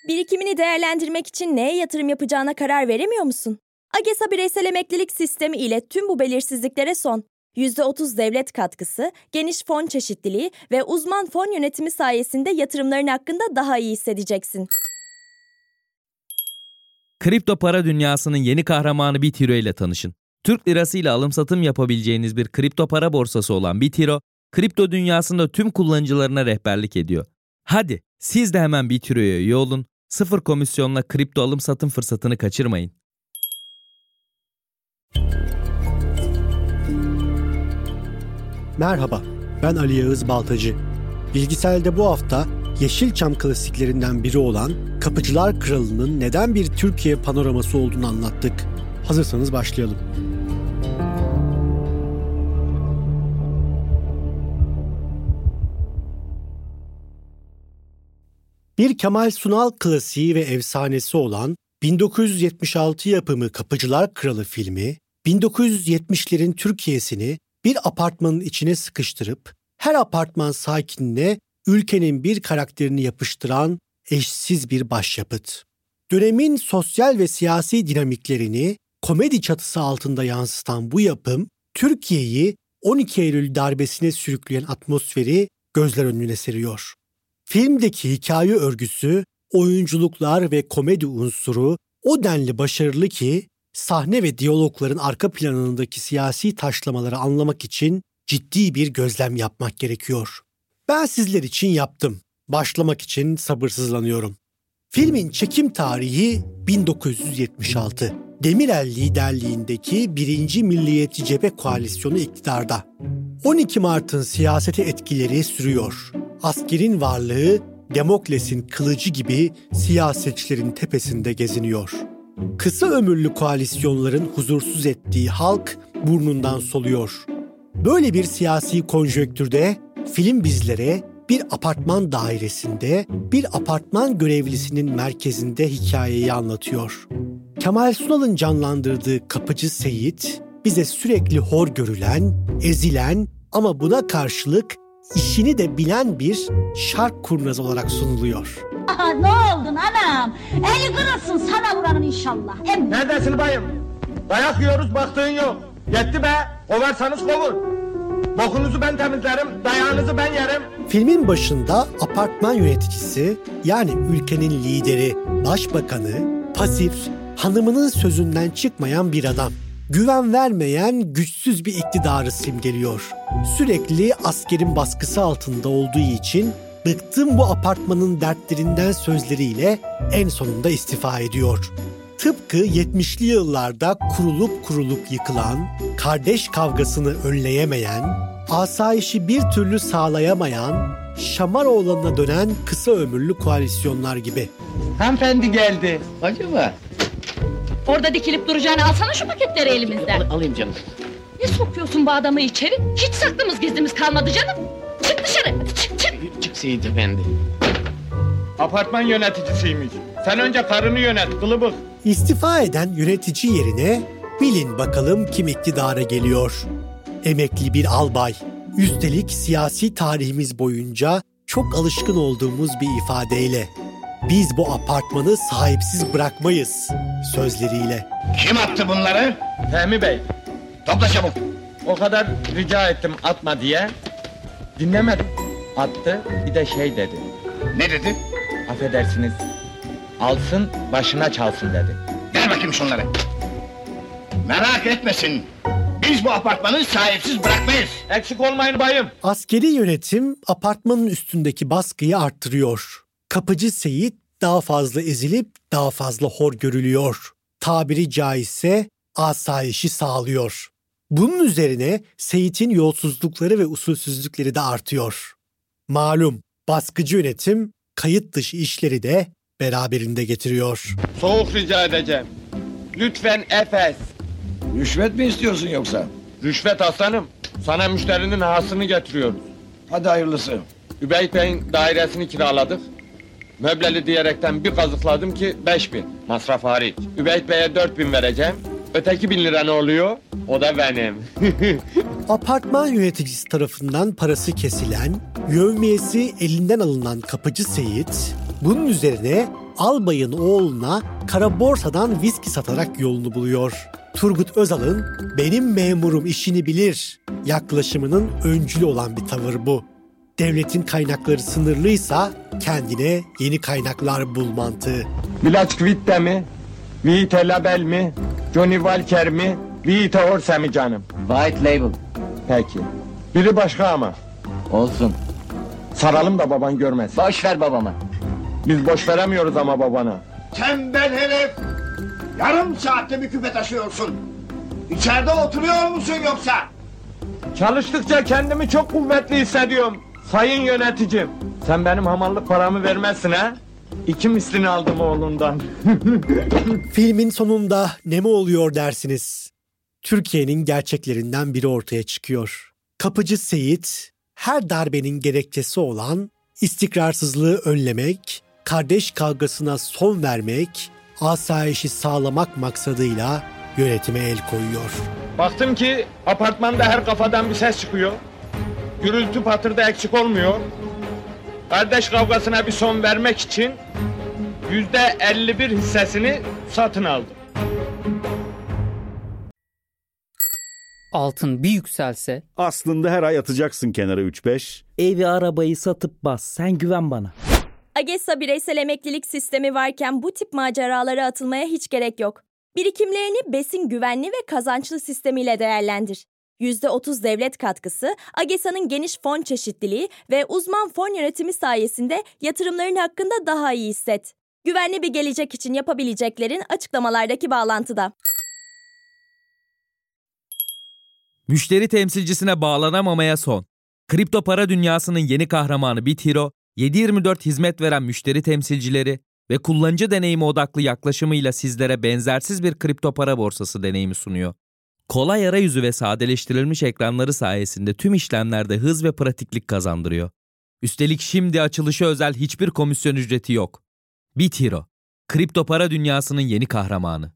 Birikimini değerlendirmek için neye yatırım yapacağına karar veremiyor musun? AGESA Bireysel Emeklilik Sistemi ile tüm bu belirsizliklere son. %30 devlet katkısı, geniş fon çeşitliliği ve uzman fon yönetimi sayesinde yatırımların hakkında daha iyi hissedeceksin. Kripto para dünyasının yeni kahramanı BitHero ile tanışın. Türk lirası ile alım satım yapabileceğiniz bir kripto para borsası olan BitHero, kripto dünyasında tüm kullanıcılarına rehberlik ediyor. Hadi siz de hemen BitHero'ya üye olun, sıfır komisyonla kripto alım satım fırsatını kaçırmayın. Merhaba, ben Ali Yağız Baltacı. Bilgisel'de bu hafta Yeşilçam klasiklerinden biri olan Kapıcılar Kralı'nın neden bir Türkiye panoraması olduğunu anlattık. Hazırsanız başlayalım. Bir Kemal Sunal klasiği ve efsanesi olan 1976 yapımı Kapıcılar Kralı filmi, 1970'lerin Türkiye'sini bir apartmanın içine sıkıştırıp her apartman sakinine ülkenin bir karakterini yapıştıran eşsiz bir başyapıt. Dönemin sosyal ve siyasi dinamiklerini komedi çatısı altında yansıtan bu yapım, Türkiye'yi 12 Eylül darbesine sürükleyen atmosferi gözler önüne seriyor. Filmdeki hikaye örgüsü, oyunculuklar ve komedi unsuru o denli başarılı ki sahne ve diyalogların arka planındaki siyasi taşlamaları anlamak için ciddi bir gözlem yapmak gerekiyor. Ben sizler için yaptım. Başlamak için sabırsızlanıyorum. Filmin çekim tarihi 1976. Demirel liderliğindeki 1. Milliyetçi Cephe Koalisyonu iktidarda. 12 Mart'ın siyasete etkileri sürüyor. Askerin varlığı Demokles'in kılıcı gibi siyasetçilerin tepesinde geziniyor. Kısa ömürlü koalisyonların huzursuz ettiği halk burnundan soluyor. Böyle bir siyasi konjonktürde film bizlere bir apartman dairesinde bir apartman görevlisinin merkezinde hikayeyi anlatıyor. Kemal Sunal'ın canlandırdığı kapıcı Seyit bize sürekli hor görülen, ezilen ama buna karşılık işini de bilen bir şark kurnazı olarak sunuluyor. Aha, ne oldun anam? Eli kırılsın sana vuranın inşallah. Neredesin bayım? Dayak yiyoruz baktığın yok. Yetti be, kovarsanız kovun. Bokunuzu ben temizlerim, dayağınızı ben yerim. Filmin başında apartman yöneticisi, yani ülkenin lideri, başbakanı, pasif, hanımının sözünden çıkmayan bir adam. Güven vermeyen güçsüz bir iktidarı simgeliyor. Sürekli askerin baskısı altında olduğu için bıktım bu apartmanın dertlerinden sözleriyle en sonunda istifa ediyor. Tıpkı 70'li yıllarda kurulup yıkılan, kardeş kavgasını önleyemeyen, asayişi bir türlü sağlayamayan, Şamaroğlan'a dönen kısa ömürlü koalisyonlar gibi. Hanımefendi geldi. Acaba? Orada dikilip duracağını alsana şu paketleri elimizden. Alayım canım. Ne sokuyorsun bu adamı içeri? Hiç saklımız gizlimiz kalmadı canım. Çık dışarı, hadi çık. Çık Seyit Efendi. Apartman yöneticisiymiş. Sen önce karını yönet, kılıbık. İstifa eden yönetici yerine bilin bakalım kim iktidara geliyor. Emekli bir albay. Üstelik siyasi tarihimiz boyunca çok alışkın olduğumuz bir ifadeyle. Biz bu apartmanı sahipsiz bırakmayız sözleriyle. Kim attı bunları? Fehmi Bey. Topla çabuk. O kadar rica ettim atma diye. Dinlemedim. Attı, bir de şey dedi. Ne dedi? Affedersiniz. Alsın, başına çalsın dedi. Ver bakayım şunları. Merak etmesin. Biz bu apartmanı sahipsiz bırakmayız. Eksik olmayın bayım. Askeri yönetim apartmanın üstündeki baskıyı arttırıyor. Kapıcı Seyit daha fazla ezilip daha fazla hor görülüyor. Tabiri caizse asayişi sağlıyor. Bunun üzerine Seyit'in yolsuzlukları ve usulsüzlükleri de artıyor. Malum baskıcı yönetim kayıt dışı işleri de beraberinde getiriyor. Soğuk rica edeceğim. Lütfen Efes. Rüşvet mi istiyorsun yoksa? Rüşvet aslanım. Sana müşterinin hasını getiriyoruz. Hadi hayırlısı. Übeyt Bey'in dairesini kiraladık. Möbleli diyerekten bir kazıkladım ki 5.000. Masraf hariç. Übeyt Bey'e 4.000 vereceğim. Öteki 1.000 lira ne oluyor? O da benim. Apartman yöneticisi tarafından parası kesilen, yevmiyesi elinden alınan kapıcı Seyit, bunun üzerine albayın oğluna kara borsadan viski satarak yolunu buluyor. Turgut Özal'ın "benim memurum işini bilir" yaklaşımının öncülü olan bir tavır bu. Devletin kaynakları sınırlıysa kendine yeni kaynaklar bul mantığı. Village Quitte mi? Vite Label mi? Johnny Walker mi? Vite Orse mi canım? White Label. Peki. Biri başka ama. Olsun. Saralım da baban görmesin. Boş ver babama. Biz boş veremiyoruz ama babana. Tembel herif! Yarım saatte bir küpe taşıyorsun. İçeride oturuyor musun yoksa? Çalıştıkça kendimi çok kuvvetli hissediyorum. Sayın yöneticim. Sen benim hamallık paramı vermezsin ha? 2 mislini aldım oğlundan. Filmin sonunda ne mi oluyor dersiniz? Türkiye'nin gerçeklerinden biri ortaya çıkıyor. Kapıcı Seyit, her darbenin gerekçesi olan istikrarsızlığı önlemek, kardeş kavgasına son vermek, asayişi sağlamak maksadıyla yönetime el koyuyor. Baktım ki apartmanda her kafadan bir ses çıkıyor. Gürültü patırda eksik olmuyor. Kardeş kavgasına bir son vermek için %51 hissesini satın aldım. Altın bir yükselse Aslında her ay atacaksın kenara 3-5. Evi arabayı satıp bas, sen güven bana. AGESA bireysel emeklilik sistemi varken bu tip maceralara atılmaya hiç gerek yok. Birikimlerini besin güvenli ve kazançlı sistemiyle değerlendir. %30 devlet katkısı, AGESA'nın geniş fon çeşitliliği ve uzman fon yönetimi sayesinde yatırımların hakkında daha iyi hisset. Güvenli bir gelecek için yapabileceklerin açıklamalardaki bağlantıda. Müşteri temsilcisine bağlanamamaya son. Kripto para dünyasının yeni kahramanı BitHero, 7/24 hizmet veren müşteri temsilcileri ve kullanıcı deneyimi odaklı yaklaşımıyla sizlere benzersiz bir kripto para borsası deneyimi sunuyor. Kolay arayüzü ve sadeleştirilmiş ekranları sayesinde tüm işlemlerde hız ve pratiklik kazandırıyor. Üstelik şimdi açılışa özel hiçbir komisyon ücreti yok. BitHero, kripto para dünyasının yeni kahramanı.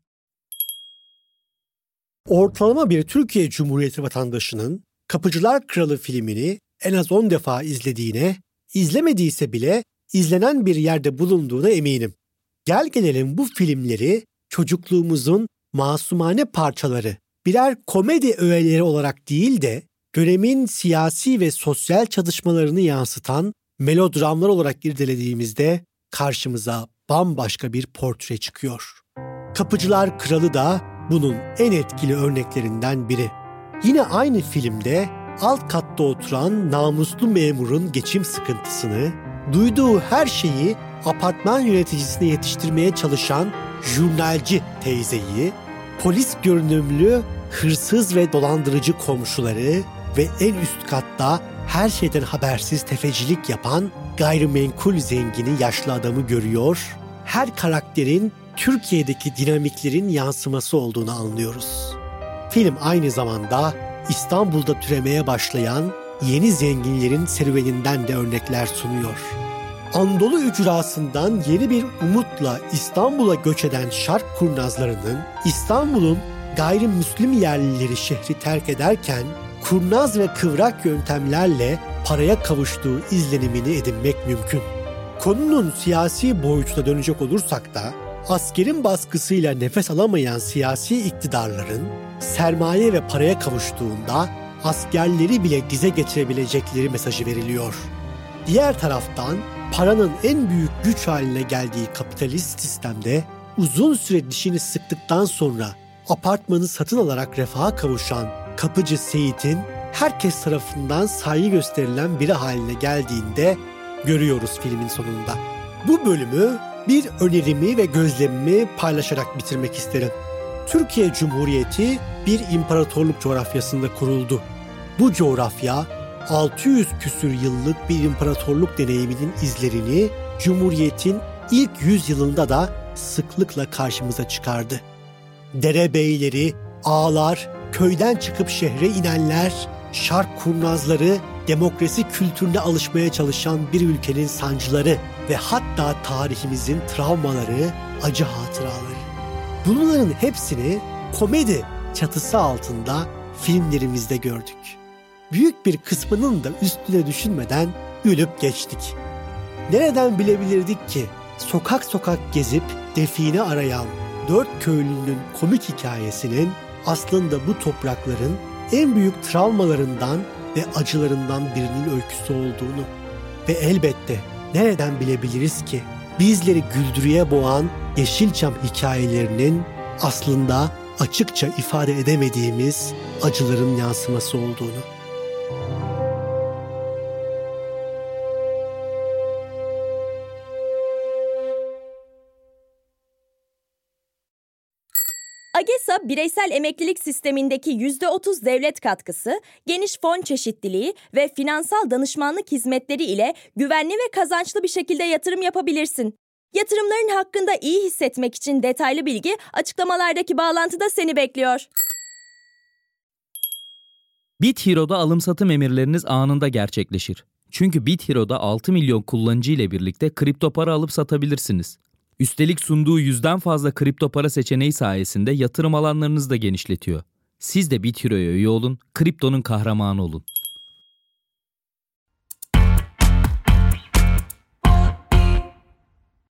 Ortalama bir Türkiye Cumhuriyeti vatandaşının Kapıcılar Kralı filmini en az 10 defa izlediğine, izlemediyse bile izlenen bir yerde bulunduğuna eminim. Gel gelelim bu filmleri çocukluğumuzun masumane parçaları, birer komedi öğeleri olarak değil de dönemin siyasi ve sosyal çatışmalarını yansıtan melodramlar olarak irdelediğimizde karşımıza bambaşka bir portre çıkıyor. Kapıcılar Kralı da bunun en etkili örneklerinden biri. Yine aynı filmde alt katta oturan namuslu memurun geçim sıkıntısını, duyduğu her şeyi apartman yöneticisine yetiştirmeye çalışan jurnalci teyzeyi, polis görünümlü hırsız ve dolandırıcı komşuları ve en üst katta her şeyden habersiz tefecilik yapan gayrimenkul zengini yaşlı adamı görüyor, her karakterin Türkiye'deki dinamiklerin yansıması olduğunu anlıyoruz. Film aynı zamanda İstanbul'da türemeye başlayan yeni zenginlerin serüveninden de örnekler sunuyor. Anadolu ücrasından yeni bir umutla İstanbul'a göç eden şark kurnazlarının İstanbul'un gayrimüslim yerlileri şehri terk ederken kurnaz ve kıvrak yöntemlerle paraya kavuştuğu izlenimini edinmek mümkün. Konunun siyasi boyutuna dönecek olursak da askerin baskısıyla nefes alamayan siyasi iktidarların sermaye ve paraya kavuştuğunda askerleri bile dize getirebilecekleri mesajı veriliyor. Diğer taraftan paranın en büyük güç haline geldiği kapitalist sistemde uzun süre dişini sıktıktan sonra apartmanı satın alarak refaha kavuşan Kapıcı Seyit'in herkes tarafından saygı gösterilen biri haline geldiğinde görüyoruz filmin sonunda. Bu bölümü bir önerimi ve gözlemimi paylaşarak bitirmek isterim. Türkiye Cumhuriyeti bir imparatorluk coğrafyasında kuruldu. Bu coğrafya 600 küsür yıllık bir imparatorluk deneyiminin izlerini Cumhuriyet'in ilk 100 yılında da sıklıkla karşımıza çıkardı. Derebeyleri, ağalar, köyden çıkıp şehre inenler, şark kurnazları, demokrasi kültürüne alışmaya çalışan bir ülkenin sancıları ve hatta tarihimizin travmaları, acı hatıraları. Bunların hepsini komedi çatısı altında filmlerimizde gördük. Büyük bir kısmının da üstüne düşünmeden gülüp geçtik. Nereden bilebilirdik ki sokak sokak gezip define arayan 4 köylünün komik hikayesinin aslında bu toprakların en büyük travmalarından ve acılarından birinin öyküsü olduğunu ve elbette nereden bilebiliriz ki bizleri güldürüye boğan Yeşilçam hikayelerinin aslında açıkça ifade edemediğimiz acıların yansıması olduğunu. AGESA, bireysel emeklilik sistemindeki %30 devlet katkısı, geniş fon çeşitliliği ve finansal danışmanlık hizmetleri ile güvenli ve kazançlı bir şekilde yatırım yapabilirsin. Yatırımların hakkında iyi hissetmek için detaylı bilgi açıklamalardaki bağlantıda seni bekliyor. BitHero'da alım-satım emirleriniz anında gerçekleşir. Çünkü BitHero'da 6 milyon kullanıcı ile birlikte kripto para alıp satabilirsiniz. Üstelik sunduğu 100'den fazla kripto para seçeneği sayesinde yatırım alanlarınızı da genişletiyor. Siz de BitHero'ya üye olun, kriptonun kahramanı olun.